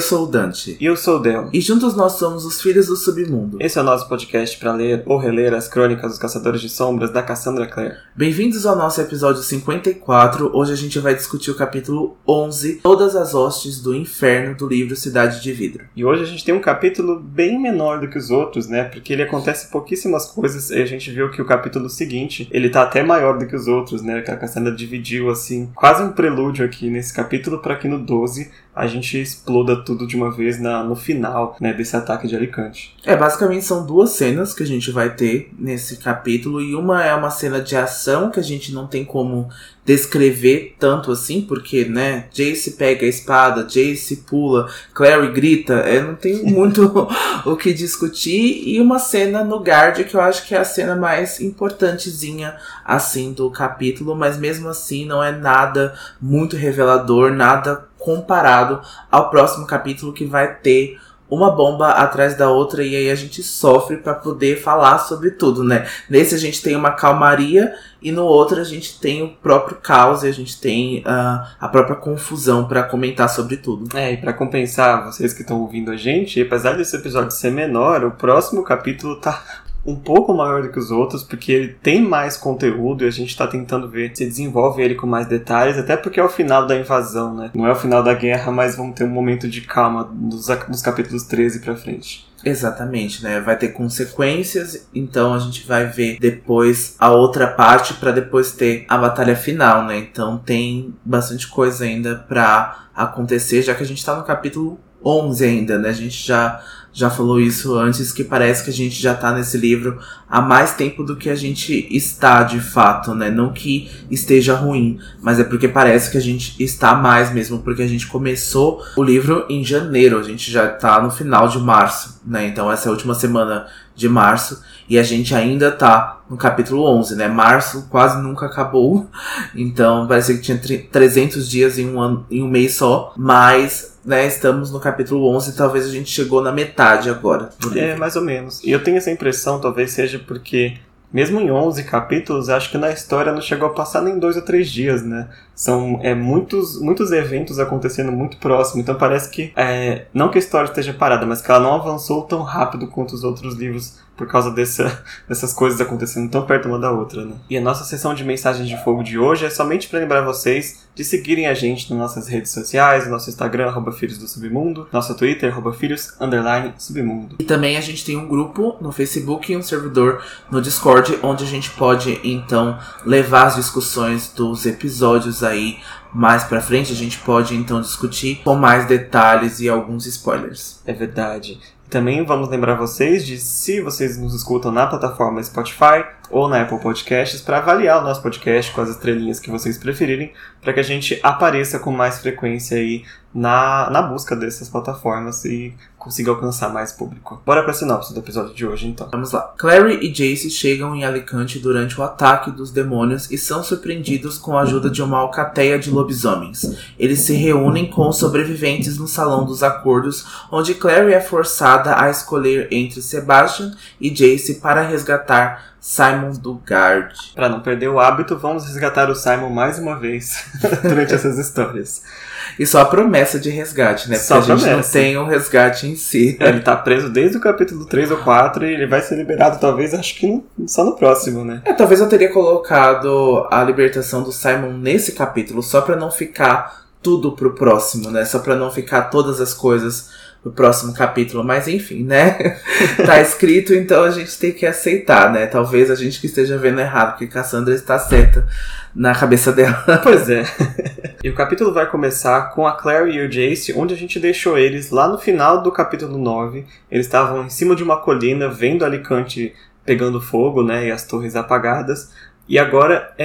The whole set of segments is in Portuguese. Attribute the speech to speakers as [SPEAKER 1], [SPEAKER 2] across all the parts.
[SPEAKER 1] sou o Dante.
[SPEAKER 2] E eu sou o Del.
[SPEAKER 1] E juntos nós somos os Filhos do Submundo.
[SPEAKER 2] Esse é o nosso podcast para ler ou reler as crônicas dos Caçadores de Sombras da Cassandra Clare.
[SPEAKER 1] Bem-vindos ao nosso episódio 54. Hoje a gente vai discutir o capítulo 11, Todas as Hostes do Inferno, do livro Cidade de Vidro.
[SPEAKER 2] E hoje a gente tem um capítulo bem menor do que os outros, né? Porque ele acontece pouquíssimas coisas e a gente viu que o capítulo seguinte, ele tá até maior do que os outros, né? Que a Cassandra dividiu, assim, quase um prelúdio aqui nesse capítulo para que no 12 a gente exploda tudo de uma vez no final, né, desse ataque de Alicante.
[SPEAKER 1] Basicamente são duas cenas que a gente vai ter nesse capítulo, e uma é uma cena de ação que a gente não tem como descrever tanto assim, porque, né, Jace pega a espada, Jace pula, Clary grita, não tem muito o que discutir, e uma cena no Guard que eu acho que é a cena mais importantezinha, assim, do capítulo, mas mesmo assim não é nada muito revelador, nada comparado ao próximo capítulo, que vai ter uma bomba atrás da outra, e aí a gente sofre pra poder falar sobre tudo, né? Nesse a gente tem uma calmaria, e no outro a gente tem o próprio caos, e a gente tem a própria confusão pra comentar sobre tudo.
[SPEAKER 2] E pra compensar vocês que estão ouvindo a gente, apesar desse episódio ser menor, o próximo capítulo tá um pouco maior do que os outros, porque ele tem mais conteúdo e a gente tá tentando ver se desenvolve ele com mais detalhes, até porque é o final da invasão, né? Não é o final da guerra, mas vamos ter um momento de calma nos capítulos 13 pra frente.
[SPEAKER 1] Exatamente, né? Vai ter consequências, então a gente vai ver depois a outra parte pra depois ter a batalha final, né? Então tem bastante coisa ainda pra acontecer, já que a gente tá no capítulo 11 ainda, né? A gente já falou isso antes, que parece que a gente já tá nesse livro há mais tempo do que a gente está de fato, né? Não que esteja ruim, mas é porque parece que a gente está mais mesmo, porque a gente começou o livro em janeiro, a gente já tá no final de março, né? Então essa é a última semana de março, e a gente ainda tá no capítulo 11, né? Março quase nunca acabou, então parece que tinha 300 dias em um mês só, mas, né, estamos no capítulo 11, talvez a gente chegou na metade agora do livro.
[SPEAKER 2] Mais ou menos. E eu tenho essa impressão, talvez seja porque, mesmo em 11 capítulos, acho que na história não chegou a passar nem 2 ou 3 dias, né? São muitos eventos acontecendo muito próximo, então parece que, não que a história esteja parada, mas que ela não avançou tão rápido quanto os outros livros, por causa dessas coisas acontecendo tão perto uma da outra, né? E a nossa sessão de mensagens de fogo de hoje é somente para lembrar vocês de seguirem a gente nas nossas redes sociais, nosso Instagram, @Filhos do Submundo, nosso Twitter, @Filhos_Submundo.
[SPEAKER 1] E também a gente tem um grupo no Facebook e um servidor no Discord, onde a gente pode, então, levar as discussões dos episódios aí mais pra frente. A gente pode, então, discutir com mais detalhes e alguns spoilers.
[SPEAKER 2] É verdade. Também vamos lembrar vocês de, se vocês nos escutam na plataforma Spotify ou na Apple Podcasts, para avaliar o nosso podcast com as estrelinhas que vocês preferirem, para que a gente apareça com mais frequência aí na busca dessas plataformas e consiga alcançar mais público. Bora pra sinopse do episódio de hoje, então.
[SPEAKER 1] Vamos lá. Clary e Jace chegam em Alicante durante o ataque dos demônios e são surpreendidos com a ajuda de uma alcateia de lobisomens. Eles se reúnem com os sobreviventes no Salão dos Acordos, onde Clary é forçada a escolher entre Sebastian e Jace para resgatar Simon do Guard.
[SPEAKER 2] Para não perder o hábito, vamos resgatar o Simon mais uma vez durante essas histórias.
[SPEAKER 1] E só a promessa de resgate, né? Porque
[SPEAKER 2] só
[SPEAKER 1] a gente
[SPEAKER 2] promessa.
[SPEAKER 1] não tem o resgate em si.
[SPEAKER 2] Ele tá preso desde o capítulo 3 ou 4 e ele vai ser liberado, talvez, acho que só no próximo, né?
[SPEAKER 1] Talvez eu teria colocado a libertação do Simon nesse capítulo, só pra não ficar tudo pro próximo, né? Só pra não ficar todas as coisas pro próximo capítulo. Mas enfim, né? Tá escrito, então a gente tem que aceitar, né? Talvez a gente que esteja vendo errado, porque Cassandra está certa na cabeça dela.
[SPEAKER 2] Pois é. E o capítulo vai começar com a Clary e o Jace, onde a gente deixou eles lá no final do capítulo 9. Eles estavam em cima de uma colina, vendo Alicante pegando fogo, né? E as torres apagadas. E agora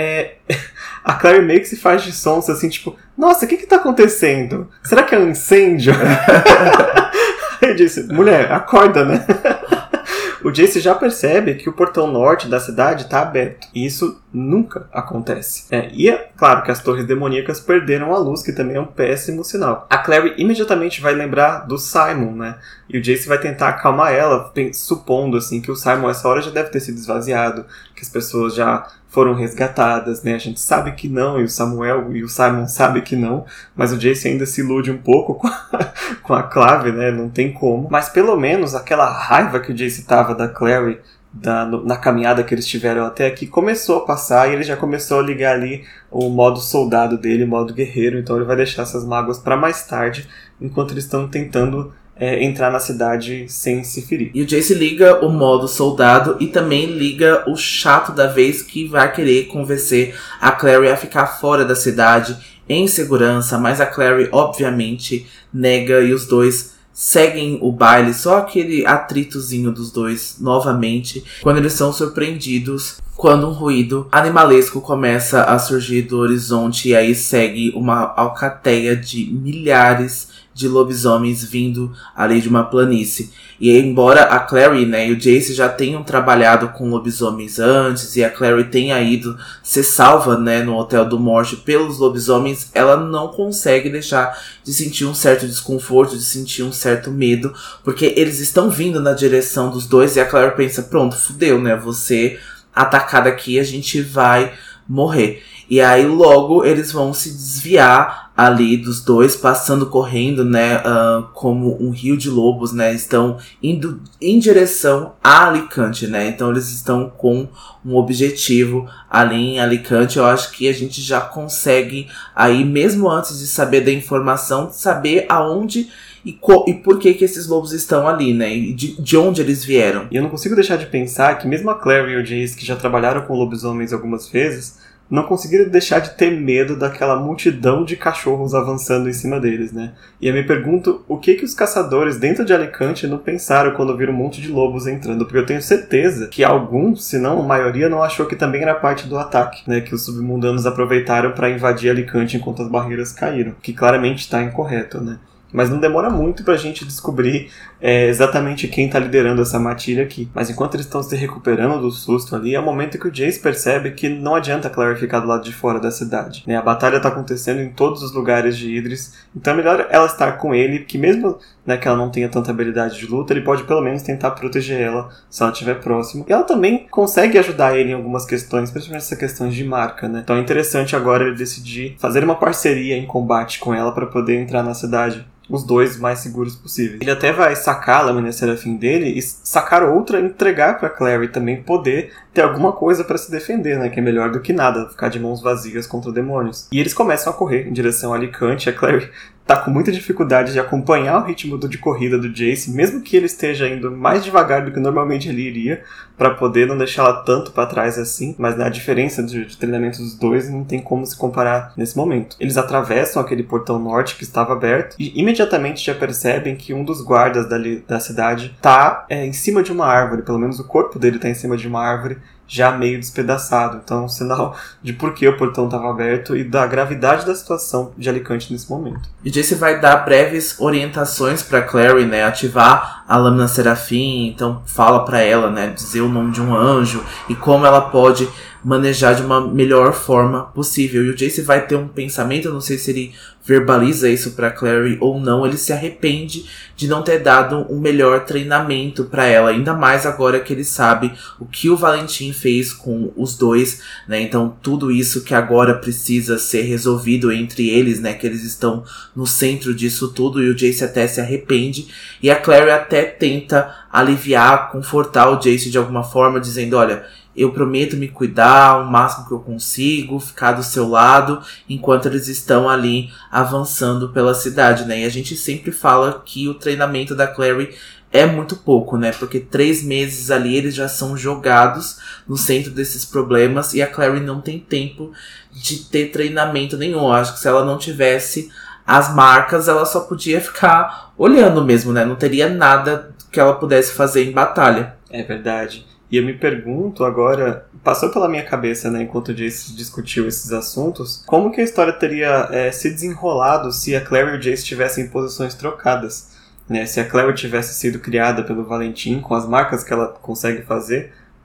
[SPEAKER 2] a Clary meio que se faz de sonsa, assim, tipo, nossa, o que tá acontecendo? Será que é um incêndio? Aí eu disse, mulher, acorda, né? O Jace já percebe que o portão norte da cidade está aberto. E isso nunca acontece. E é claro que as torres demoníacas perderam a luz, que também é um péssimo sinal. A Clary imediatamente vai lembrar do Simon, né? E o Jace vai tentar acalmar ela, supondo assim que o Simon essa hora já deve ter sido esvaziado, que as pessoas já foram resgatadas, né? A gente sabe que não, e o Samuel e o Simon sabem que não, mas o Jace ainda se ilude um pouco com a Clave, né? Não tem como. Mas pelo menos aquela raiva que o Jace tava da Clary na caminhada que eles tiveram até aqui começou a passar, e ele já começou a ligar ali o modo soldado dele, o modo guerreiro. Então ele vai deixar essas mágoas para mais tarde, enquanto eles estão tentando entrar na cidade sem se ferir.
[SPEAKER 1] E o Jace liga o modo soldado e também liga o chato da vez, que vai querer convencer a Clary a ficar fora da cidade em segurança, mas a Clary obviamente nega e os dois seguem o baile, só aquele atritozinho dos dois novamente, quando eles são surpreendidos quando um ruído animalesco começa a surgir do horizonte, e aí segue uma alcateia de milhares de lobisomens vindo ali de uma planície. E embora a Clary, né, e o Jace já tenham trabalhado com lobisomens antes, e a Clary tenha ido ser salva, né, no Hotel do Morte pelos lobisomens, ela não consegue deixar de sentir um certo desconforto, de sentir um certo medo, porque eles estão vindo na direção dos dois, e a Clary pensa, pronto, fudeu, né, você atacada aqui, a gente vai morrer. E aí logo eles vão se desviar ali dos dois, passando correndo, né, como um rio de lobos, né, estão indo em direção a Alicante, né, então eles estão com um objetivo ali em Alicante. Eu acho que a gente já consegue aí, mesmo antes de saber da informação, saber aonde e por que esses lobos estão ali, né, e de onde eles vieram.
[SPEAKER 2] E eu não consigo deixar de pensar que mesmo a Clary e o Jace, que já trabalharam com lobisomens algumas vezes, não conseguiram deixar de ter medo daquela multidão de cachorros avançando em cima deles, né? E eu me pergunto o que os caçadores dentro de Alicante não pensaram quando viram um monte de lobos entrando, porque eu tenho certeza que alguns, se não a maioria, não achou que também era parte do ataque, né? Que os submundanos aproveitaram para invadir Alicante enquanto as barreiras caíram, que claramente está incorreto, né? Mas não demora muito pra gente descobrir exatamente quem tá liderando essa matilha aqui. Mas enquanto eles estão se recuperando do susto ali, é o momento que o Jace percebe que não adianta a Clary ficar do lado de fora da cidade, né? A batalha tá acontecendo em todos os lugares de Idris, então é melhor ela estar com ele, que mesmo, né, que ela não tenha tanta habilidade de luta, ele pode pelo menos tentar proteger ela se ela estiver próximo. E ela também consegue ajudar ele em algumas questões, principalmente essas questões de marca, né? Então é interessante agora ele decidir fazer uma parceria em combate com ela para poder entrar na cidade os dois mais seguros possíveis. Ele até vai sacar a lâmina serafim dele e sacar outra e entregar pra Clary também poder ter alguma coisa pra se defender, né? Que é melhor do que nada, ficar de mãos vazias contra demônios. E eles começam a correr em direção a Alicante. A Clary tá com muita dificuldade de acompanhar o ritmo de corrida do Jace, mesmo que ele esteja indo mais devagar do que normalmente ele iria, pra poder não deixá-la tanto pra trás assim. Mas a diferença de treinamento dos dois não tem como se comparar nesse momento. Eles atravessam aquele portão norte que estava aberto e imediatamente já percebem que um dos guardas da cidade tá em cima de uma árvore, pelo menos o corpo dele tá em cima de uma árvore, já meio despedaçado. Então é um sinal de por que o portão estava aberto e da gravidade da situação de Alicante nesse momento.
[SPEAKER 1] E Jace vai dar breves orientações para Clary, né, ativar a lâmina serafim, então fala para ela, né, dizer o nome de um anjo e como ela pode manejar de uma melhor forma possível. E o Jace vai ter um pensamento, eu não sei se ele verbaliza isso pra Clary ou não, ele se arrepende de não ter dado um melhor treinamento pra ela, ainda mais agora que ele sabe o que o Valentim fez com os dois, né, então tudo isso que agora precisa ser resolvido entre eles, né, que eles estão no centro disso tudo, e o Jace até se arrepende, e a Clary até tenta aliviar, confortar o Jace de alguma forma, dizendo, olha, eu prometo me cuidar o máximo que eu consigo, ficar do seu lado, enquanto eles estão ali avançando pela cidade, né? E a gente sempre fala que o treinamento da Clary é muito pouco, né? Porque 3 meses ali eles já são jogados no centro desses problemas e a Clary não tem tempo de ter treinamento nenhum. Eu acho que se ela não tivesse as marcas, ela só podia ficar olhando mesmo, né? Não teria nada que ela pudesse fazer em batalha.
[SPEAKER 2] É verdade. E eu me pergunto agora, passou pela minha cabeça, né, enquanto o Jace discutiu esses assuntos, como que a história teria se desenrolado se a Clary e o Jace estivessem em posições trocadas, né? Se a Clary tivesse sido criada pelo Valentim, com as marcas que ela consegue fazer,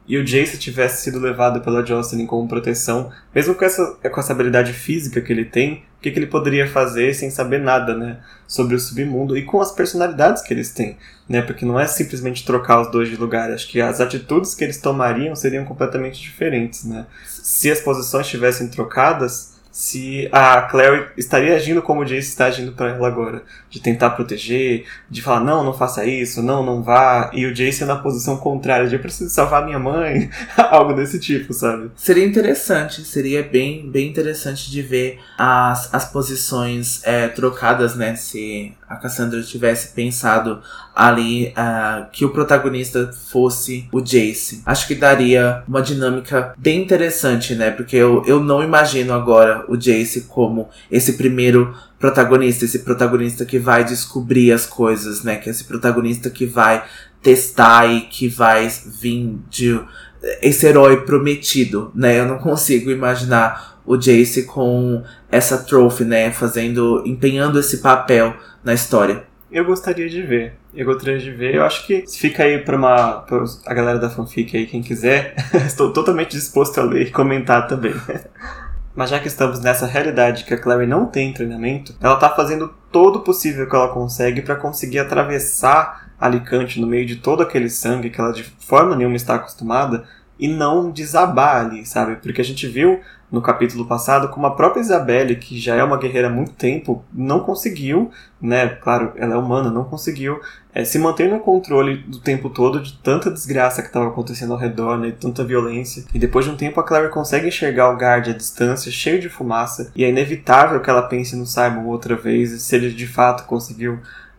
[SPEAKER 2] e o Jace tivesse sido levado pela Jocelyn como proteção, mesmo com essa habilidade física que ele tem, o que ele poderia fazer sem saber nada, né, sobre o submundo e com as personalidades que eles têm, né, porque não é simplesmente trocar os dois de lugar, acho que as atitudes que eles tomariam seriam completamente diferentes, né. Se as posições estivessem trocadas, se a Clary estaria agindo como o Jace está agindo para ela agora, de tentar proteger, de falar, não faça isso, não vá, e o Jace na posição contrária, de eu preciso salvar minha mãe, algo desse tipo, sabe?
[SPEAKER 1] Seria interessante, seria bem interessante de ver as posições trocadas, né, se a Cassandra tivesse pensado ali que o protagonista fosse o Jace. Acho que daria uma dinâmica bem interessante, né? Porque eu não imagino agora o Jace como esse primeiro protagonista, esse protagonista que vai descobrir as coisas, né? Que é esse protagonista que vai testar e que vai vir de esse herói prometido, né? Eu não consigo imaginar o Jace com essa trophy, né? Empenhando esse papel na história.
[SPEAKER 2] Eu gostaria de ver. Eu acho que fica aí pra a galera da fanfic aí, quem quiser. Estou totalmente disposto a ler e comentar também. Mas já que estamos nessa realidade que a Clary não tem treinamento, ela tá fazendo todo o possível que ela consegue para conseguir atravessar Alicante no meio de todo aquele sangue que ela de forma nenhuma está acostumada e não desabar ali, sabe? Porque a gente viu no capítulo passado como a própria Isabelle, que já é uma guerreira há muito tempo, não conseguiu, né? Claro, ela é humana, não conseguiu se manter no controle do tempo todo de tanta desgraça que estava acontecendo ao redor, né? De tanta violência. E depois de um tempo a Clary consegue enxergar o Guard à distância, cheio de fumaça, e é inevitável que ela pense no Simon outra vez, se ele de fato conseguiu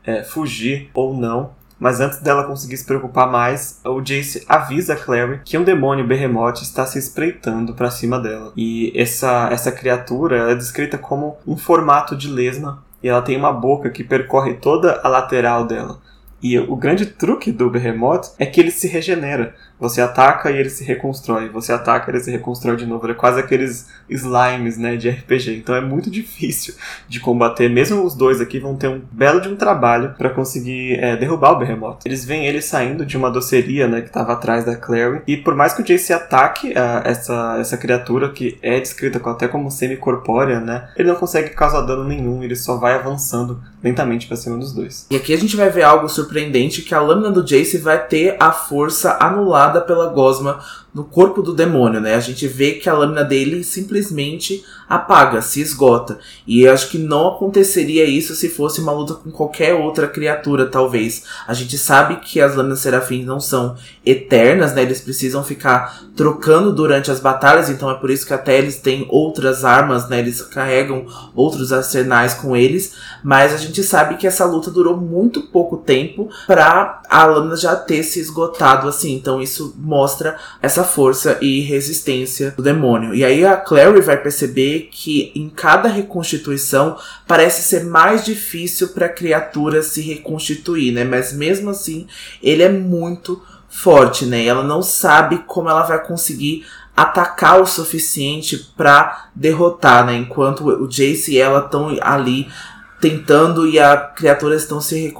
[SPEAKER 2] fugir ou não. Mas antes dela conseguir se preocupar mais, o Jace avisa a Clary que um demônio Behemoth está se espreitando para cima dela. E essa criatura é descrita como um formato de lesma, e ela tem uma boca que percorre toda a lateral dela. E o grande truque do Behemoth é que ele se regenera. Você ataca e ele se reconstrói. Você ataca e ele se reconstrói de novo. É quase aqueles slimes, né, de RPG. Então é muito difícil de combater. Mesmo os dois aqui vão ter um belo de um trabalho para conseguir derrubar o Behemoth. Eles veem ele saindo de uma doceria, né, que estava atrás da Clary. E por mais que o Jace ataque essa criatura, que é descrita até como semi-corpórea, né, ele não consegue causar dano nenhum. Ele só vai avançando lentamente para cima dos dois.
[SPEAKER 1] E aqui a gente vai ver algo surpreendente, que a lâmina do Jace vai ter a força anulada pela gosma no corpo do demônio, né? A gente vê que a lâmina dele simplesmente apaga, se esgota. E eu acho que não aconteceria isso se fosse uma luta com qualquer outra criatura, talvez. A gente sabe que as lâminas serafins não são eternas, né? Eles precisam ficar trocando durante as batalhas, então é por isso que até eles têm outras armas, né? Eles carregam outros arsenais com eles, mas a gente sabe que essa luta durou muito pouco tempo pra a lâmina já ter se esgotado assim. Então isso mostra essa força e resistência do demônio. E aí a Clary vai perceber que em cada reconstituição parece ser mais difícil para a criatura se reconstituir, né? Mas mesmo assim, ele é muito forte, né? E ela não sabe como ela vai conseguir atacar o suficiente para derrotar, né? Enquanto o Jace e ela estão ali tentando e a criatura está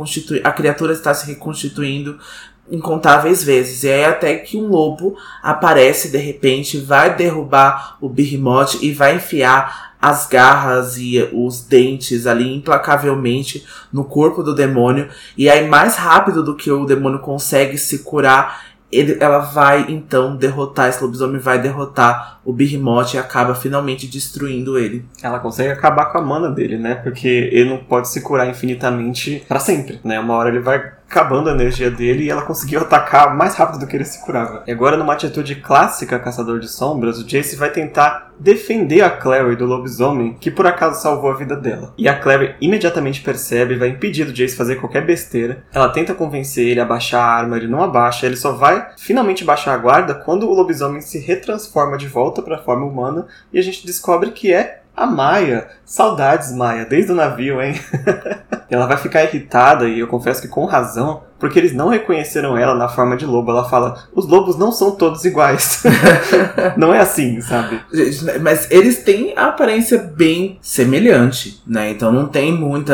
[SPEAKER 1] se reconstituindo incontáveis vezes. E aí até que um lobo aparece de repente, vai derrubar o Behemoth e vai enfiar as garras e os dentes ali implacavelmente no corpo do demônio. E aí mais rápido do que o demônio consegue se curar, ela vai então derrotar, esse lobisomem vai derrotar o Behemoth e acaba finalmente destruindo ele.
[SPEAKER 2] Ela consegue acabar com a mana dele, né? Porque ele não pode se curar infinitamente pra sempre, né? Uma hora ele vai acabando a energia dele e ela conseguiu atacar mais rápido do que ele se curava. E agora, numa atitude clássica Caçador de Sombras, o Jace vai tentar defender a Clary do lobisomem que por acaso salvou a vida dela. E a Clary imediatamente percebe e vai impedir o Jace fazer qualquer besteira. Ela tenta convencer ele a baixar a arma, ele não abaixa, ele só vai finalmente baixar a guarda quando o lobisomem se retransforma de volta para a forma humana e a gente descobre que é a Maya. Saudades, Maya, desde o navio, hein? Ela vai ficar irritada, e eu confesso que com razão, porque eles não reconheceram ela na forma de lobo. Ela fala, os lobos não são todos iguais. Não é assim, sabe?
[SPEAKER 1] Mas eles têm a aparência bem semelhante, né? Então não tem muitas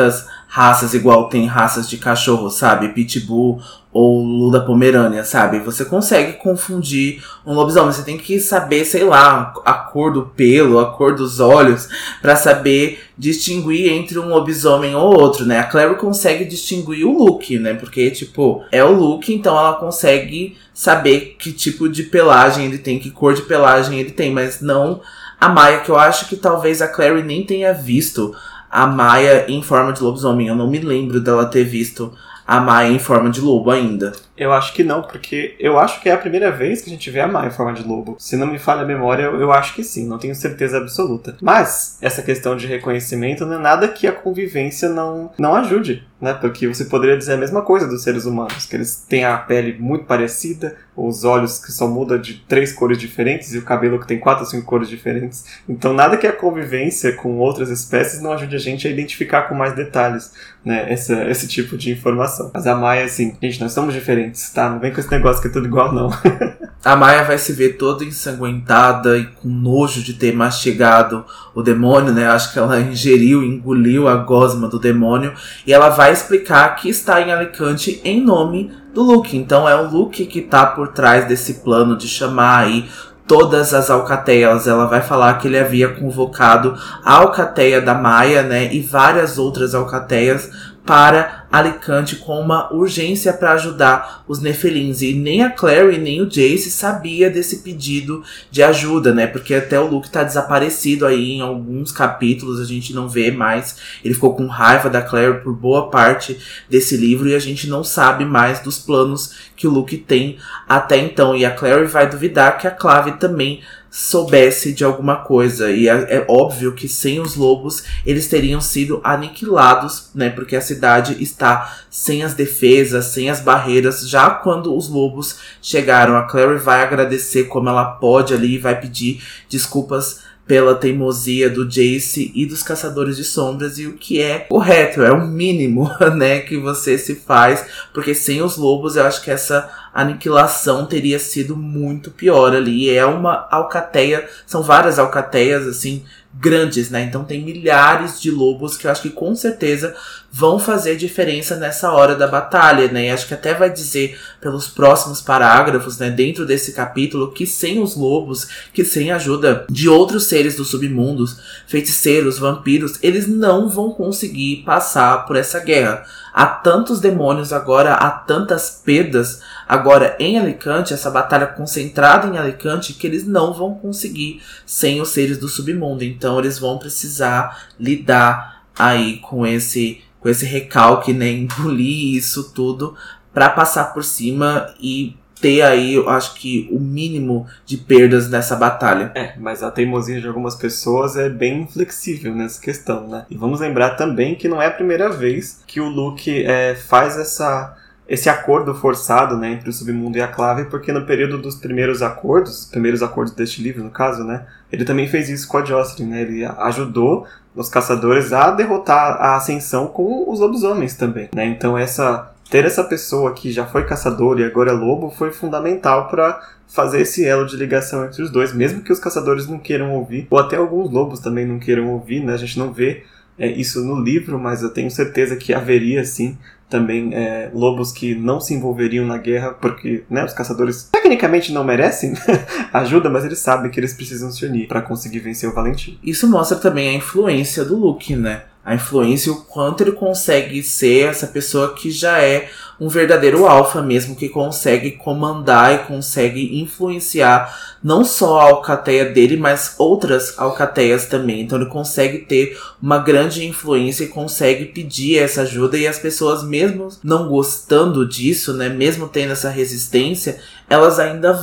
[SPEAKER 1] raças igual tem raças de cachorro, sabe? Pitbull ou Lula Pomerânia, sabe? Você consegue confundir um lobisomem. Você tem que saber, sei lá, a cor do pelo, a cor dos olhos, pra saber distinguir entre um lobisomem ou outro, né? A Clary consegue distinguir o look, né? Porque, tipo, é o look, então ela consegue saber que tipo de pelagem ele tem, que cor de pelagem ele tem, mas não a Maya, que eu acho que talvez a Clary nem tenha visto a Maya em forma de lobisomem. Eu não me lembro dela ter visto a Maya em forma de lobo ainda.
[SPEAKER 2] Eu acho que não, porque eu acho que é a primeira vez que a gente vê a Maya em forma de lobo. Se não me falha a memória, eu acho que sim, não tenho certeza absoluta. Mas essa questão de reconhecimento não é nada que a convivência não ajude, né? Porque você poderia dizer a mesma coisa dos seres humanos, que eles têm a pele muito parecida, os olhos que só mudam de 3 cores diferentes e o cabelo que tem 4 ou 5 cores diferentes. Então nada que a convivência com outras espécies não ajude a gente a identificar com mais detalhes, né, esse tipo de informação. Mas a Maya, assim, gente, nós somos diferentes, tá? Não vem com esse negócio que é tudo igual, não.
[SPEAKER 1] A Maya vai se ver toda ensanguentada e com nojo de ter mastigado o demônio, né? Acho que ela engoliu a gosma do demônio. E ela vai explicar que está em Alicante em nome do Luke. Então é o Luke que tá por trás desse plano de chamar aí todas as alcateias. Ela vai falar que ele havia convocado a alcateia da Maya, né? E várias outras alcateias para Alicante com uma urgência para ajudar os Nefelins. E nem a Clary nem o Jace sabia desse pedido de ajuda, né? Porque até o Luke tá desaparecido aí em alguns capítulos, a gente não vê mais. Ele ficou com raiva da Clary por boa parte desse livro e a gente não sabe mais dos planos que o Luke tem até então. E a Clary vai duvidar que a Clave também soubesse de alguma coisa, e é óbvio que sem os lobos eles teriam sido aniquilados, né, porque a cidade está sem as defesas, sem as barreiras, já quando os lobos chegaram. A Clary vai agradecer como ela pode ali, vai pedir desculpas pela teimosia do Jace e dos Caçadores de Sombras, e o que é correto, é o mínimo, né, que você se faz, porque sem os lobos eu acho que essa aniquilação teria sido muito pior ali. É uma alcateia, são várias alcateias assim grandes, né? Então tem milhares de lobos que eu acho que com certeza vão fazer diferença nessa hora da batalha, né? E acho que até vai dizer pelos próximos parágrafos, né, dentro desse capítulo, que sem os lobos, que sem a ajuda de outros seres dos submundos, feiticeiros, vampiros, eles não vão conseguir passar por essa guerra. Há tantos demônios agora, há tantas perdas agora em Alicante, essa batalha concentrada em Alicante, que eles não vão conseguir sem os seres do submundo. Então eles vão precisar lidar aí com esse recalque, né, engolir isso tudo para passar por cima e ter aí, eu acho que, o mínimo de perdas nessa batalha.
[SPEAKER 2] Mas a teimosia de algumas pessoas é bem inflexível nessa questão, né? E vamos lembrar também que não é a primeira vez que o Luke faz esse acordo forçado, né, entre o submundo e a Clave, porque no período dos primeiros acordos deste livro, no caso, né, ele também fez isso com a Jocelyn, né? Ele ajudou os caçadores a derrotar a Ascensão com os lobisomens também, né? Então ter essa pessoa que já foi caçador e agora é lobo foi fundamental para fazer esse elo de ligação entre os dois, mesmo que os caçadores não queiram ouvir, ou até alguns lobos também não queiram ouvir, né? A gente não vê isso no livro, mas eu tenho certeza que haveria, sim, também lobos que não se envolveriam na guerra, porque, né, os caçadores tecnicamente não merecem ajuda, mas eles sabem que eles precisam se unir para conseguir vencer o Valentim.
[SPEAKER 1] Isso mostra também a influência do Luke, né? A influência e o quanto ele consegue ser essa pessoa que já é um verdadeiro alfa mesmo, que consegue comandar e consegue influenciar não só a alcateia dele, mas outras alcateias também. Então ele consegue ter uma grande influência e consegue pedir essa ajuda, e as pessoas, mesmo não gostando disso, né, mesmo tendo essa resistência, elas ainda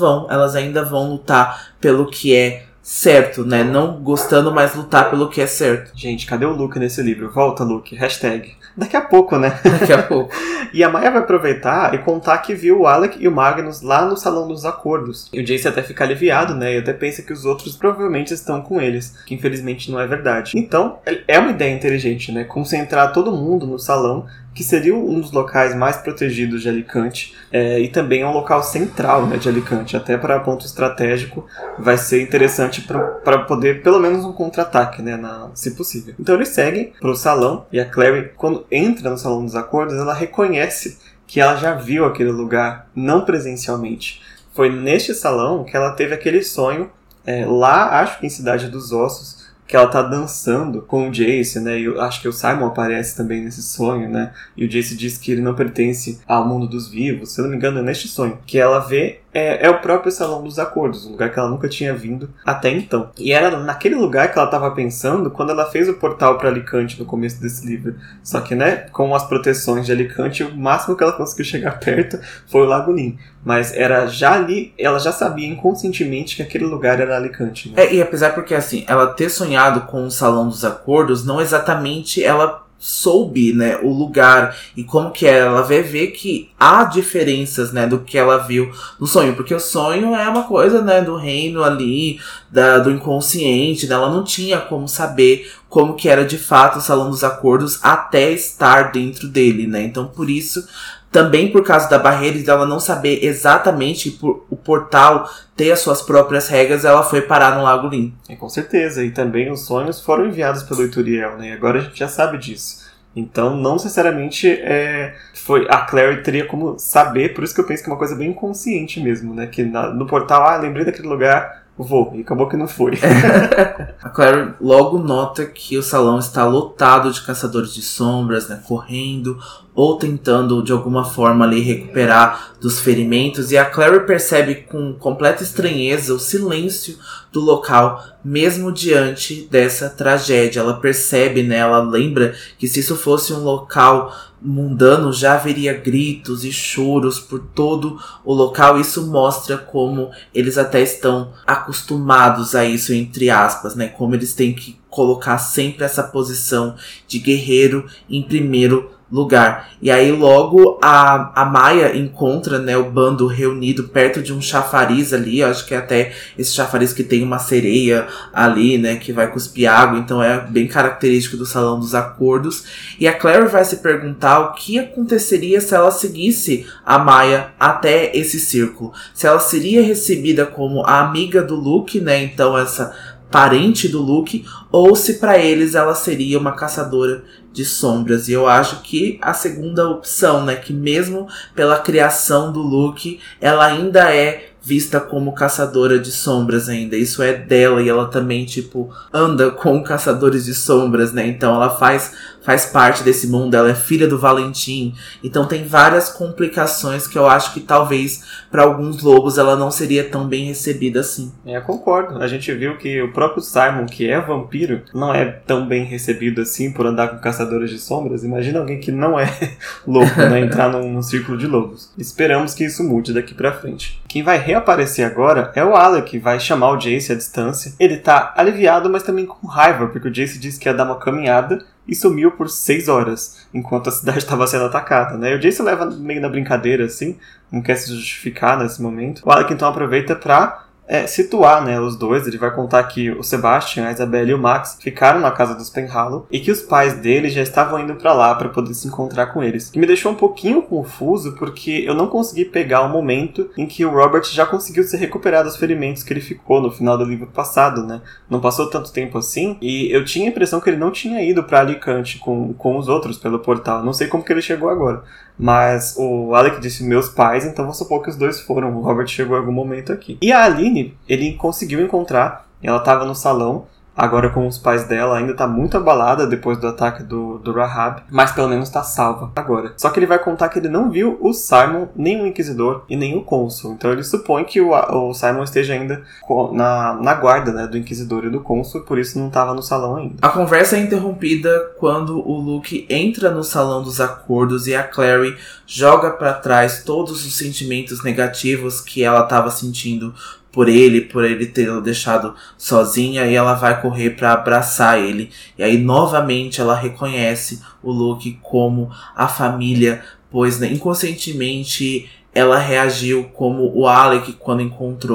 [SPEAKER 1] vão lutar pelo que é certo, né? Não gostando, mas lutar pelo que é certo.
[SPEAKER 2] Gente, cadê o Luke nesse livro? Volta, Luke. Hashtag. Daqui a pouco, né?
[SPEAKER 1] Daqui a pouco.
[SPEAKER 2] E a Maya vai aproveitar e contar que viu o Alec e o Magnus lá no Salão dos Acordos. E o Jace até fica aliviado, né? E até pensa que os outros provavelmente estão com eles, que infelizmente não é verdade. Então, é uma ideia inteligente, né? Concentrar todo mundo no salão, que seria um dos locais mais protegidos de Alicante, e também é um local central, né, de Alicante, até para ponto estratégico vai ser interessante para poder pelo menos um contra-ataque, né, se possível. Então eles seguem para o salão e a Clary, quando entra no Salão dos Acordos, ela reconhece que ela já viu aquele lugar, não presencialmente. Foi neste salão que ela teve aquele sonho, lá, acho que em Cidade dos Ossos, que ela tá dançando com o Jace, né, e eu acho que o Simon aparece também nesse sonho, né, e o Jace diz que ele não pertence ao mundo dos vivos, se eu não me engano é neste sonho, que ela vê é o próprio Salão dos Acordos, um lugar que ela nunca tinha vindo até então. E era naquele lugar que ela estava pensando quando ela fez o portal para Alicante no começo desse livro. Só que, né, com as proteções de Alicante, o máximo que ela conseguiu chegar perto foi o Lago Nin. Mas era já ali, ela já sabia inconscientemente que aquele lugar era Alicante, né?
[SPEAKER 1] E apesar porque, assim, ela ter sonhado com o Salão dos Acordos, não exatamente ela soube, né, o lugar e como que é. Ela vai ver que há diferenças, né, do que ela viu no sonho, porque o sonho é uma coisa, né, do reino ali, do inconsciente, né, ela não tinha como saber como que era de fato o Salão dos Acordos até estar dentro dele, né, então por isso, também por causa da barreira e dela não saber exatamente por o portal ter as suas próprias regras, ela foi parar no Lago Nin.
[SPEAKER 2] Com certeza, e também os sonhos foram enviados pelo Ituriel, né? E agora a gente já sabe disso. Então, não necessariamente a Clary teria como saber, por isso que eu penso que é uma coisa bem inconsciente mesmo, né? Que no portal, lembrei daquele lugar, vou, e acabou que não foi.
[SPEAKER 1] A Clary logo nota que o salão está lotado de caçadores de sombras, né, correndo ou tentando de alguma forma ali recuperar dos ferimentos, e a Clary percebe com completa estranheza o silêncio do local, mesmo diante dessa tragédia. Ela percebe, né, ela lembra que se isso fosse um local mundano, já haveria gritos e choros por todo o local. Isso mostra como eles até estão acostumados a isso, entre aspas, né? Como eles têm que colocar sempre essa posição de guerreiro em primeiro lugar. E aí logo a Maya encontra, né, o bando reunido perto de um chafariz ali. Eu acho que é até esse chafariz que tem uma sereia ali, né, que vai cuspir água. Então é bem característico do Salão dos Acordos. E a Clary vai se perguntar o que aconteceria se ela seguisse a Maya até esse círculo. Se ela seria recebida como a amiga do Luke, né, então essa parente do Luke, ou se para eles ela seria uma caçadora de sombras. E eu acho que a segunda opção, né, que mesmo pela criação do Luke, ela ainda é vista como caçadora de sombras ainda. Isso é dela, e ela também, tipo, anda com caçadores de sombras, né? Então ela faz parte desse mundo, ela é filha do Valentim. Então tem várias complicações que eu acho que talvez para alguns lobos ela não seria tão bem recebida assim.
[SPEAKER 2] Eu concordo. A gente viu que o próprio Simon, que é vampiro, não é tão bem recebido assim por andar com caçadores de sombras. Imagina alguém que não é lobo, né, entrar num círculo de lobos. Esperamos que isso mude daqui pra frente. Quem vai reaparecer agora é o Alec, que vai chamar o Jace à distância. Ele tá aliviado, mas também com raiva, porque o Jace disse que ia dar uma caminhada e sumiu por 6 horas, enquanto a cidade estava sendo atacada, né? O Jace leva meio na brincadeira, assim, não quer se justificar nesse momento. O Alec então aproveita pra situar, né, os dois. Ele vai contar que o Sebastian, a Isabelle e o Max ficaram na casa dos Penhallow e que os pais deles já estavam indo pra lá pra poder se encontrar com eles. Que me deixou um pouquinho confuso, porque eu não consegui pegar o momento em que o Robert já conseguiu se recuperar dos ferimentos que ele ficou no final do livro passado, né? Não passou tanto tempo assim, e eu tinha a impressão que ele não tinha ido pra Alicante com os outros pelo portal. Não sei como que ele chegou agora. Mas o Alec disse meus pais, então vou supor que os dois foram. O Robert chegou em algum momento aqui. E a Aline, ele conseguiu encontrar. Ela estava no salão, agora com os pais dela. Ainda está muito abalada depois do ataque do Rahab, mas pelo menos está salva agora. Só que ele vai contar que ele não viu o Simon, nem o Inquisidor e nem o Cônsul. Então ele supõe que o Simon esteja ainda na guarda, né, do Inquisidor e do Cônsul, por isso não estava no salão ainda.
[SPEAKER 1] A conversa é interrompida quando o Luke entra no Salão dos Acordos e a Clary joga para trás todos os sentimentos negativos que ela estava sentindo por ele ter deixado sozinha, e ela vai correr para abraçar ele. E aí novamente ela reconhece o Luke como a família, pois, né, inconscientemente ela reagiu como o Alec quando encontrou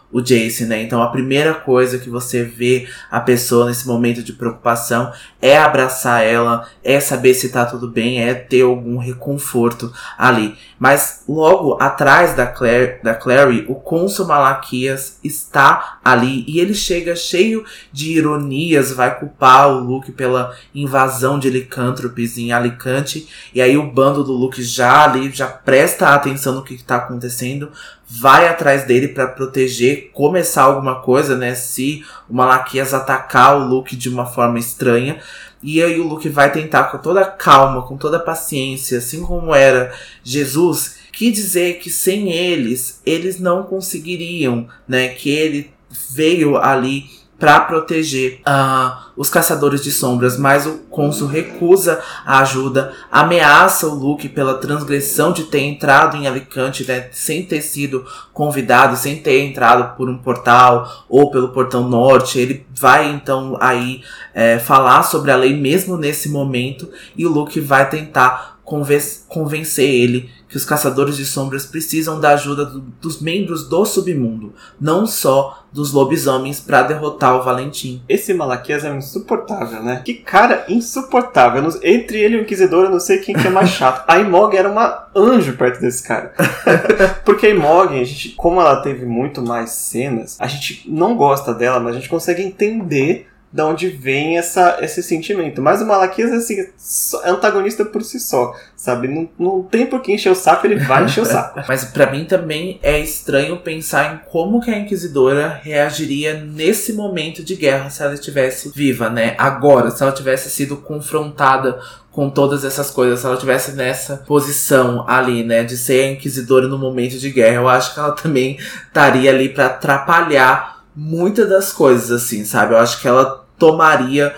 [SPEAKER 1] o Jace, né? Então a primeira coisa que você vê a pessoa nesse momento de preocupação é abraçar ela, é saber se tá tudo bem, é ter algum reconforto ali. Mas logo atrás da Clary, o cônsul Malaquias está ali e ele chega cheio de ironias, vai culpar o Luke pela invasão de licântropes em Alicante, e aí o bando do Luke já presta atenção no que está acontecendo, vai atrás dele para proteger, começar alguma coisa, né, se o Malaquias atacar o Luke de uma forma estranha. E aí o Luke vai tentar com toda a calma, com toda a paciência, assim como era Jesus, que dizer que sem eles não conseguiriam, né, que ele veio ali para proteger os caçadores de sombras, mas o cônsul recusa a ajuda, ameaça o Luke pela transgressão de ter entrado em Alicante, né, sem ter sido convidado, sem ter entrado por um portal ou pelo portão norte. Ele vai então aí falar sobre a lei mesmo nesse momento, e o Luke vai tentar convencer ele que os caçadores de sombras precisam da ajuda dos membros do submundo, não só dos lobisomens, para derrotar o Valentim.
[SPEAKER 2] Esse Malaquias é insuportável, né? Que cara insuportável. Entre ele e o Inquisidor, eu não sei quem que é mais chato. A Imogen era uma anjo perto desse cara. Porque a Imogen, como ela teve muito mais cenas, a gente não gosta dela, mas a gente consegue entender de onde vem esse sentimento. Mas o Malaquias, assim, é antagonista por si só, sabe? Não tem por que encher o saco, ele vai encher o saco.
[SPEAKER 1] Mas pra mim também é estranho pensar em como que a Inquisidora reagiria nesse momento de guerra se ela estivesse viva, né? Agora, se ela tivesse sido confrontada com todas essas coisas, se ela tivesse nessa posição ali, né, de ser a Inquisidora no momento de guerra, eu acho que ela também estaria ali pra atrapalhar muitas das coisas, assim, sabe? Eu acho que ela tomaria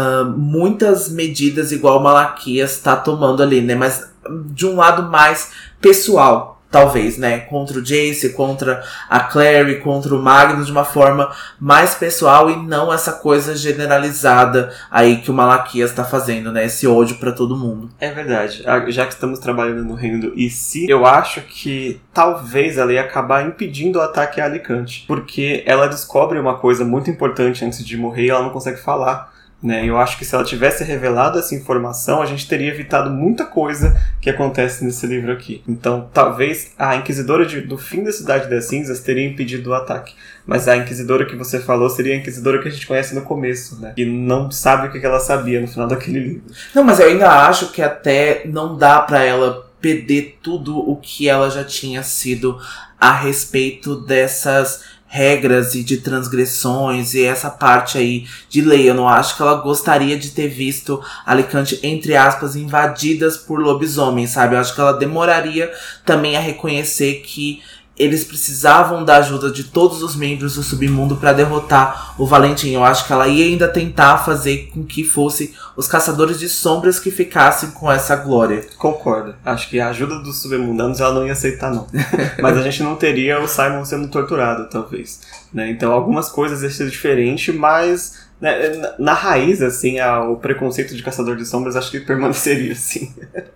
[SPEAKER 1] muitas medidas igual o Malaquias tá tomando ali, né? Mas de um lado mais pessoal, talvez, né? Contra o Jace, contra a Clary, contra o Magnus, de uma forma mais pessoal e não essa coisa generalizada aí que o Malaquias tá fazendo, né? Esse ódio pra todo mundo.
[SPEAKER 2] É verdade. Já que estamos trabalhando no reino do e se, eu acho que talvez ela ia acabar impedindo o ataque a Alicante, porque ela descobre uma coisa muito importante antes de morrer e ela não consegue falar, né? Eu acho que se ela tivesse revelado essa informação, a gente teria evitado muita coisa que acontece nesse livro aqui. Então, talvez a Inquisidora do fim da Cidade das Cinzas teria impedido o ataque. Mas a Inquisidora que você falou seria a Inquisidora que a gente conhece no começo, né? E não sabe o que ela sabia no final daquele livro.
[SPEAKER 1] Não, mas eu ainda acho que até não dá pra ela perder tudo o que ela já tinha sido a respeito dessas regras e de transgressões e essa parte aí de lei. Eu não acho que ela gostaria de ter visto Alicante, entre aspas, invadidas por lobisomens, sabe? Eu acho que ela demoraria também a reconhecer que eles precisavam da ajuda de todos os membros do submundo para derrotar o Valentim. Eu acho que ela ia ainda tentar fazer com que fosse os caçadores de sombras que ficassem com essa glória.
[SPEAKER 2] Concordo. Acho que a ajuda dos submundanos ela não ia aceitar, não. Mas a gente não teria o Simon sendo torturado, talvez, né? Então algumas coisas iam ser diferentes, mas né, na raiz, assim, o preconceito de caçador de sombras acho que permaneceria, assim.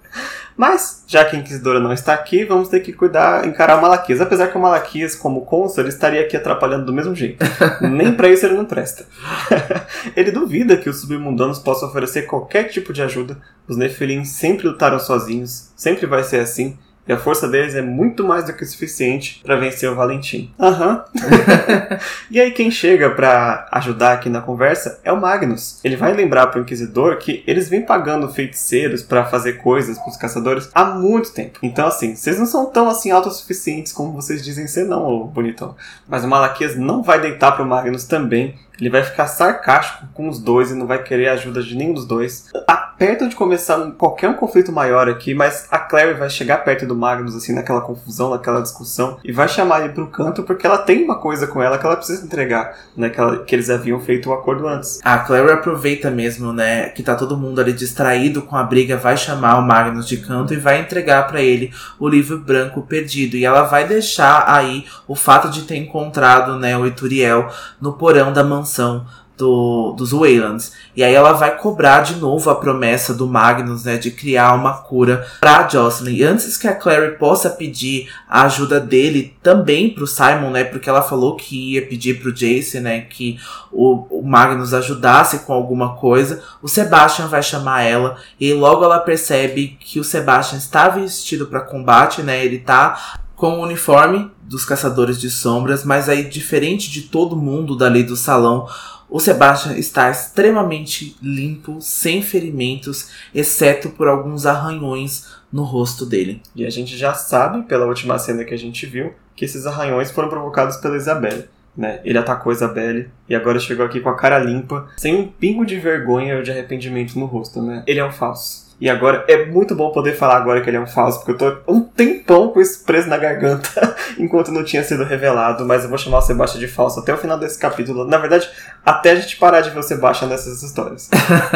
[SPEAKER 2] Mas, já que a Inquisidora não está aqui, vamos ter que encarar o Malaquias. Apesar que o Malaquias, como cônsul, ele estaria aqui atrapalhando do mesmo jeito. Nem pra isso ele não presta. Ele duvida que os submundanos possam oferecer qualquer tipo de ajuda. Os Nephilim sempre lutaram sozinhos, sempre vai ser assim. E a força deles é muito mais do que o suficiente pra vencer o Valentim. E aí quem chega pra ajudar aqui na conversa é o Magnus. Ele vai lembrar pro Inquisidor que eles vêm pagando feiticeiros pra fazer coisas pros caçadores há muito tempo. Então assim, vocês não são tão assim autossuficientes como vocês dizem ser não, ô bonitão. Mas o Malaquias não vai deitar pro Magnus também. Ele vai ficar sarcástico com os dois e não vai querer a ajuda de nenhum dos dois. Perto de começar qualquer conflito maior aqui, mas a Clary vai chegar perto do Magnus, assim, naquela confusão, naquela discussão, e vai chamar ele pro canto porque ela tem uma coisa com ela que ela precisa entregar, né, que eles haviam feito o acordo antes.
[SPEAKER 1] A Clary aproveita mesmo, né, que tá todo mundo ali distraído com a briga, vai chamar o Magnus de canto e vai entregar pra ele o livro branco perdido. E ela vai deixar aí o fato de ter encontrado, né, o Ituriel no porão da mansão dos Waylands. E aí ela vai cobrar de novo a promessa do Magnus, né, de criar uma cura pra Jocelyn. E antes que a Clary possa pedir a ajuda dele também pro Simon, né, porque ela falou que ia pedir pro Jace, né, que o Magnus ajudasse com alguma coisa, o Sebastian vai chamar ela e logo ela percebe que o Sebastian está vestido para combate, né, ele tá com o uniforme dos Caçadores de Sombras, mas aí, diferente de todo mundo dali do salão, o Sebastian está extremamente limpo, sem ferimentos, exceto por alguns arranhões no rosto dele.
[SPEAKER 2] E a gente já sabe, pela última cena que a gente viu, que esses arranhões foram provocados pela Isabelle, né? Ele atacou a Isabelle e agora chegou aqui com a cara limpa, sem um pingo de vergonha ou de arrependimento no rosto, né? Ele é um falso. E agora, é muito bom poder falar agora que ele é um falso, porque eu tô um tempão com isso preso na garganta, enquanto não tinha sido revelado, mas eu vou chamar o Sebastian de falso até o final desse capítulo. Na verdade, até a gente parar de ver o Sebastian nessas histórias.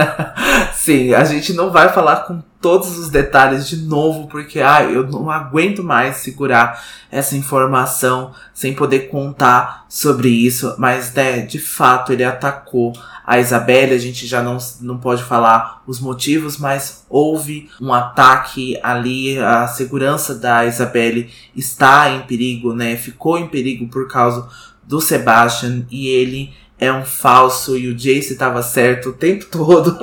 [SPEAKER 1] Sim, a gente não vai falar com todos os detalhes de novo, porque eu não aguento mais segurar essa informação sem poder contar sobre isso, mas, né, de fato, ele atacou a Isabelle. A gente já não pode falar os motivos, mas houve um ataque ali, a segurança da Isabelle está em perigo, né, ficou em perigo por causa do Sebastian, e ele é um falso, e o Jace estava certo o tempo todo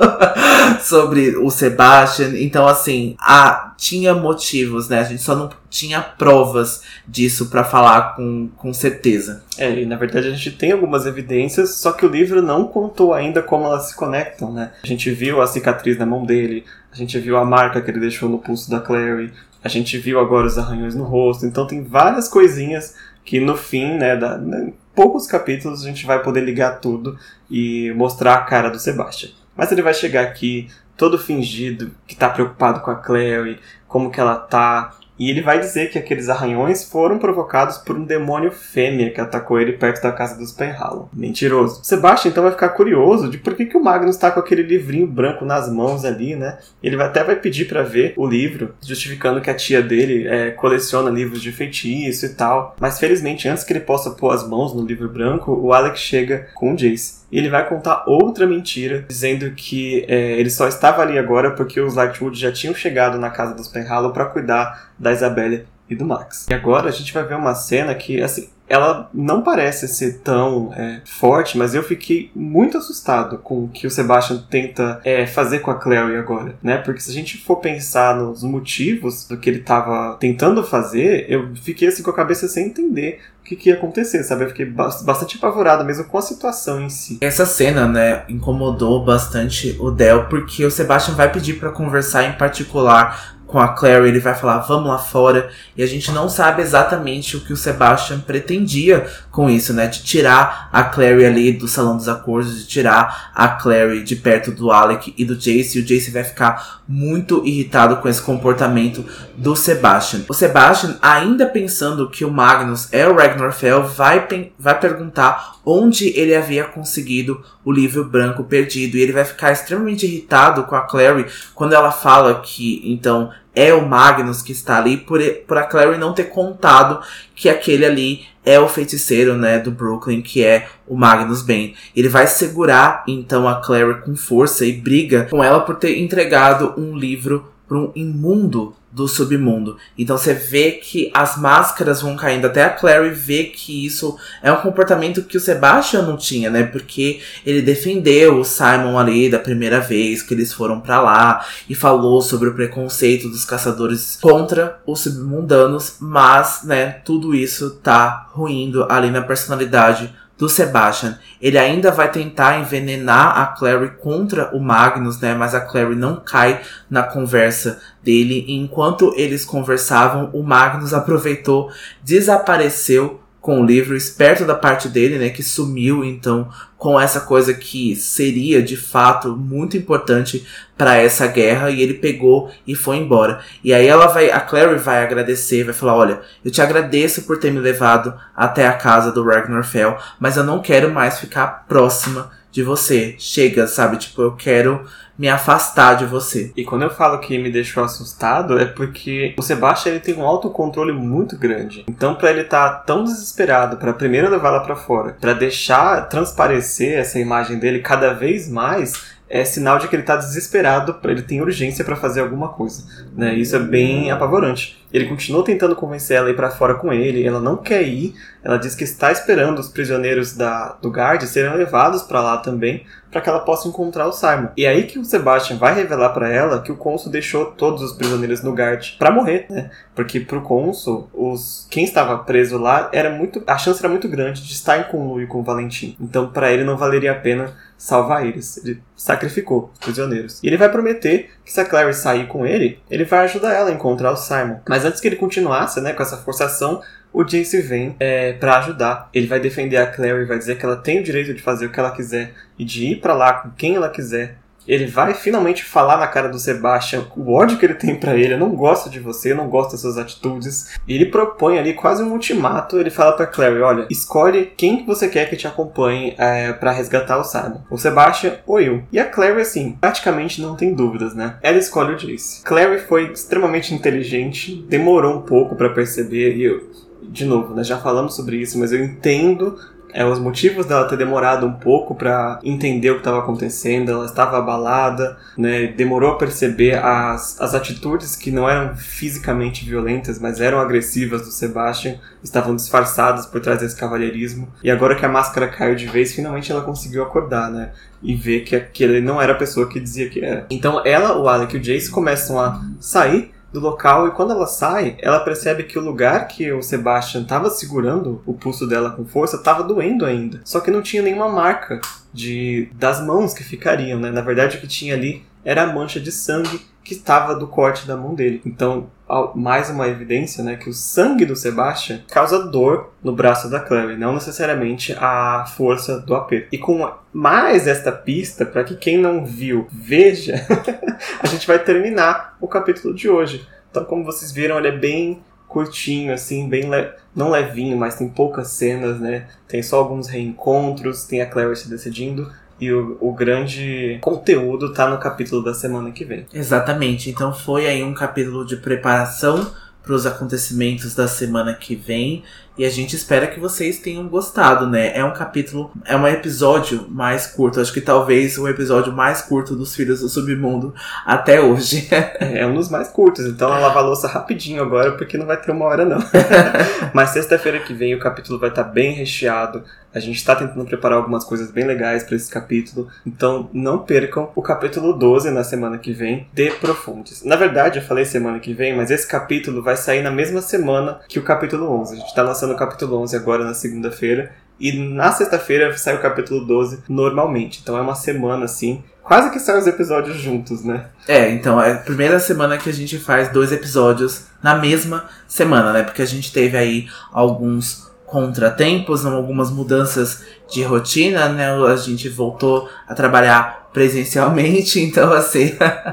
[SPEAKER 1] sobre o Sebastian. Então, assim, tinha motivos, né? A gente só não tinha provas disso pra falar com certeza.
[SPEAKER 2] E na verdade a gente tem algumas evidências, só que o livro não contou ainda como elas se conectam, né? A gente viu a cicatriz na mão dele, a gente viu a marca que ele deixou no pulso da Clary, a gente viu agora os arranhões no rosto, então tem várias coisinhas que no fim, né, poucos capítulos a gente vai poder ligar tudo e mostrar a cara do Sebastian. Mas ele vai chegar aqui todo fingido, que tá preocupado com a Clary, como que ela tá, e ele vai dizer que aqueles arranhões foram provocados por um demônio fêmea que atacou ele perto da casa dos Penhallow. Mentiroso. Sebastian então vai ficar curioso de por que o Magnus tá com aquele livrinho branco nas mãos ali, né? Ele até vai pedir pra ver o livro, justificando que a tia dele coleciona livros de feitiço e tal. Mas felizmente, antes que ele possa pôr as mãos no livro branco, o Alex chega com o Jace. E ele vai contar outra mentira, dizendo que ele só estava ali agora porque os Lightwood já tinham chegado na casa dos Penhallow para cuidar da Isabelle e do Max. E agora a gente vai ver uma cena que, assim, ela não parece ser tão forte, mas eu fiquei muito assustado com o que o Sebastian tenta fazer com a Clary agora, né? Porque se a gente for pensar nos motivos do que ele estava tentando fazer, eu fiquei assim com a cabeça sem entender o que ia acontecer, sabe? Eu fiquei bastante apavorado mesmo com a situação em si.
[SPEAKER 1] Essa cena, né, incomodou bastante o Del, porque o Sebastian vai pedir pra conversar em particular com a Clary, ele vai falar, vamos lá fora, e a gente não sabe exatamente o que o Sebastian pretendia com isso, né, de tirar a Clary ali do Salão dos Acordos, de tirar a Clary de perto do Alec e do Jace, e o Jace vai ficar muito irritado com esse comportamento do Sebastian. O Sebastian, ainda pensando que o Magnus é o Ragnar Fell, vai perguntar onde ele havia conseguido o livro branco perdido, e ele vai ficar extremamente irritado com a Clary quando ela fala que, então, é o Magnus que está ali, por a Clary não ter contado que aquele ali é o feiticeiro, né, do Brooklyn, que é o Magnus Bane. Ele vai segurar, então, a Clary com força e briga com ela por ter entregado um livro para um imundo do submundo. Então você vê que as máscaras vão caindo, até a Clary vê que isso é um comportamento que o Sebastian não tinha, né? Porque ele defendeu o Simon ali da primeira vez que eles foram pra lá e falou sobre o preconceito dos caçadores contra os submundanos, mas, né, tudo isso tá ruindo ali na personalidade do Sebastian. Ele ainda vai tentar envenenar a Clary contra o Magnus, né? Mas a Clary não cai na conversa dele. E enquanto eles conversavam, o Magnus aproveitou, desapareceu com o livro, esperto da parte dele, né? Que sumiu, então, com essa coisa que seria, de fato, muito importante para essa guerra, e ele pegou e foi embora. E aí a Clary vai agradecer, vai falar, olha, eu te agradeço por ter me levado até a casa do Ragnar Fell, mas eu não quero mais ficar próxima de você. Chega, sabe? Tipo, eu quero me afastar de você.
[SPEAKER 2] E quando eu falo que me deixou assustado, é porque o Sebastian, ele tem um autocontrole muito grande. Então, pra ele estar tão desesperado, pra primeiro levar ela pra fora, pra deixar transparecer essa imagem dele cada vez mais, é sinal de que ele tá desesperado, ele tem urgência pra fazer alguma coisa, né? Isso é bem apavorante. Ele continua tentando convencer ela a ir pra fora com ele, ela não quer ir, ela diz que está esperando os prisioneiros do Guard serem levados pra lá também, para que ela possa encontrar o Simon. E aí que o Sebastian vai revelar pra ela que o cônsul deixou todos os prisioneiros no Guard pra morrer, né? Porque pro cônsul, quem estava preso lá, a chance era muito grande de estar em conluio e com o Valentim. Então pra ele não valeria a pena salvar eles. Ele sacrificou os prisioneiros. E ele vai prometer que se a Clary sair com ele vai ajudar ela a encontrar o Simon. Mas antes que ele continuasse, né, com essa forçação, o Jace vem pra ajudar. Ele vai defender a Clary, vai dizer que ela tem o direito de fazer o que ela quiser e de ir pra lá com quem ela quiser. Ele vai finalmente falar na cara do Sebastian o ódio que ele tem pra ele. Eu não gosto de você, eu não gosto das suas atitudes. E ele propõe ali quase um ultimato. Ele fala pra Clary, olha, escolhe quem que você quer que te acompanhe pra resgatar o Simon. O Sebastian ou eu. E a Clary, assim, praticamente não tem dúvidas, né? Ela escolhe o Jace. Clary foi extremamente inteligente, demorou um pouco pra perceber. E eu, de novo, né, já falamos sobre isso, mas eu entendo os motivos dela ter demorado um pouco pra entender o que estava acontecendo. Ela estava abalada, né? Demorou a perceber as atitudes que não eram fisicamente violentas, mas eram agressivas do Sebastian, estavam disfarçadas por trás desse cavalheirismo. E agora que a máscara caiu de vez, finalmente ela conseguiu acordar, né? E ver que ele não era a pessoa que dizia que era. Então ela, o Alec e o Jace começam a sair do local, e quando ela sai, ela percebe que o lugar que o Sebastian estava segurando o pulso dela com força estava doendo ainda. Só que não tinha nenhuma marca das mãos que ficariam, né? Na verdade, o que tinha ali era a mancha de sangue que estava do corte da mão dele. Então, mais uma evidência, né, que o sangue do Sebastian causa dor no braço da Clary, não necessariamente a força do aperto. E com mais esta pista, para que quem não viu veja, a gente vai terminar o capítulo de hoje. Então, como vocês viram, ele é bem curtinho, assim, bem não levinho, mas tem poucas cenas, né? Tem só alguns reencontros, tem a Clary se decidindo. E o grande conteúdo tá no capítulo da semana que vem.
[SPEAKER 1] Exatamente. Então foi aí um capítulo de preparação para os acontecimentos da semana que vem. E a gente espera que vocês tenham gostado, né? É um episódio mais curto. Acho que talvez o episódio mais curto dos Filhos do Submundo até hoje.
[SPEAKER 2] É um dos mais curtos, então ela lava a louça rapidinho agora, porque não vai ter 1 hora não. Mas sexta-feira que vem o capítulo vai estar bem recheado. A gente está tentando preparar algumas coisas bem legais para esse capítulo. Então não percam o capítulo 12 na semana que vem de Profundis. Na verdade, eu falei semana que vem, mas esse capítulo vai sair na mesma semana que o capítulo 11. A gente está lançando o capítulo 11 agora na segunda-feira. E na sexta-feira sai o capítulo 12 normalmente. Então é uma semana assim. Quase que saem os episódios juntos, né?
[SPEAKER 1] Então é a primeira semana que a gente faz 2 episódios na mesma semana, né? Porque a gente teve aí alguns contratempos, algumas mudanças de rotina, né? A gente voltou a trabalhar presencialmente, então assim,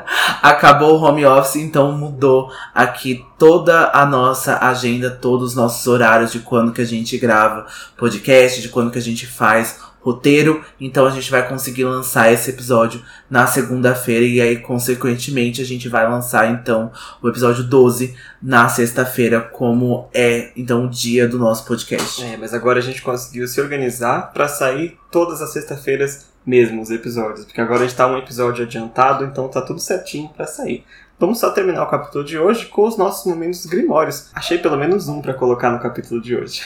[SPEAKER 1] acabou o home office, então mudou aqui toda a nossa agenda, todos os nossos horários de quando que a gente grava podcast, de quando que a gente faz roteiro, então a gente vai conseguir lançar esse episódio na segunda-feira e aí, consequentemente, a gente vai lançar, então, o episódio 12 na sexta-feira, como então, o dia do nosso podcast.
[SPEAKER 2] Mas agora a gente conseguiu se organizar pra sair todas as sextas-feiras mesmo os episódios, porque agora a gente tá um episódio adiantado, então tá tudo certinho pra sair. Vamos só terminar o capítulo de hoje com os nossos momentos grimórios. Achei pelo menos um pra colocar no capítulo de hoje.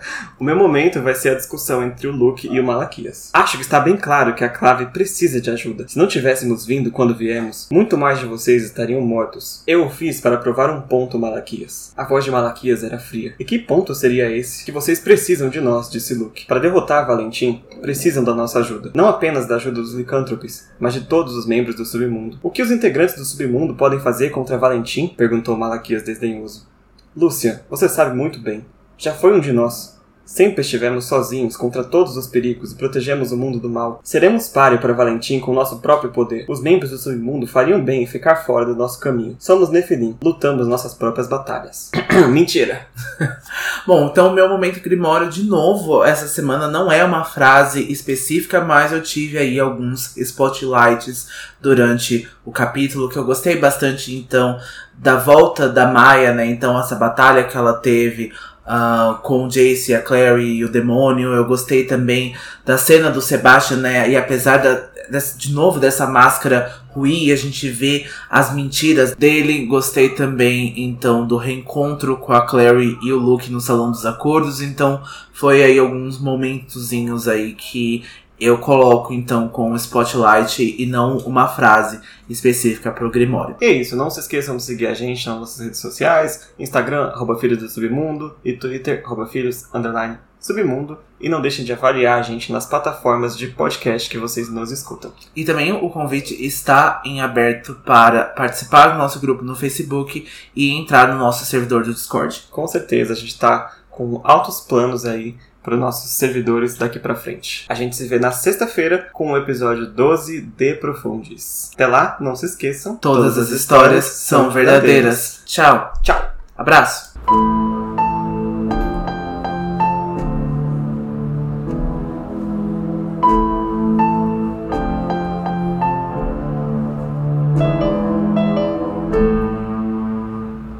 [SPEAKER 2] O meu momento vai ser a discussão entre o Luke e o Malaquias. Acho que está bem claro que a Clave precisa de ajuda. Se não tivéssemos vindo quando viemos, muito mais de vocês estariam mortos. Eu o fiz para provar um ponto, Malaquias. A voz de Malaquias era fria. E que ponto seria esse? Que vocês precisam de nós, disse Luke. Para derrotar Valentim, precisam da nossa ajuda. Não apenas da ajuda dos licântropes, mas de todos os membros do submundo. O que os integrantes do submundo podem fazer contra Valentim? Perguntou Malaquias desdenhoso. Lúcia, você sabe muito bem. Já foi um de nós. Sempre estivemos sozinhos contra todos os perigos e protegemos o mundo do mal. Seremos páreo para Valentim com nosso próprio poder. Os membros do submundo fariam bem em ficar fora do nosso caminho. Somos Nefilim, lutamos nossas próprias batalhas. Mentira.
[SPEAKER 1] Bom, então o meu momento Grimório, de novo, essa semana não é uma frase específica, mas eu tive aí alguns spotlights durante o capítulo que eu gostei bastante, então, da volta da Maya, né? Então, essa batalha que ela teve com o Jace, a Clary e o demônio. Eu gostei também da cena do Sebastian, né? E apesar de novo dessa máscara ruim, a gente vê as mentiras dele. Gostei também, então, do reencontro com a Clary e o Luke no Salão dos Acordos. Então, foi aí alguns momentozinhos aí que eu coloco, então, com o spotlight e não uma frase específica pro Grimório.
[SPEAKER 2] E é isso, não se esqueçam de seguir a gente nas nossas redes sociais, Instagram, @Filhos do Submundo, e Twitter, @Filhos_Submundo. E não deixem de avaliar a gente nas plataformas de podcast que vocês nos escutam.
[SPEAKER 1] E também o convite está em aberto para participar do nosso grupo no Facebook e entrar no nosso servidor do Discord.
[SPEAKER 2] Com certeza, a gente tá com altos planos aí para os nossos servidores daqui pra frente. A gente se vê na sexta-feira com o episódio 12 de Profundis. Até lá, não se esqueçam.
[SPEAKER 1] Todas as histórias são verdadeiras. Tchau.
[SPEAKER 2] Tchau.
[SPEAKER 1] Abraço.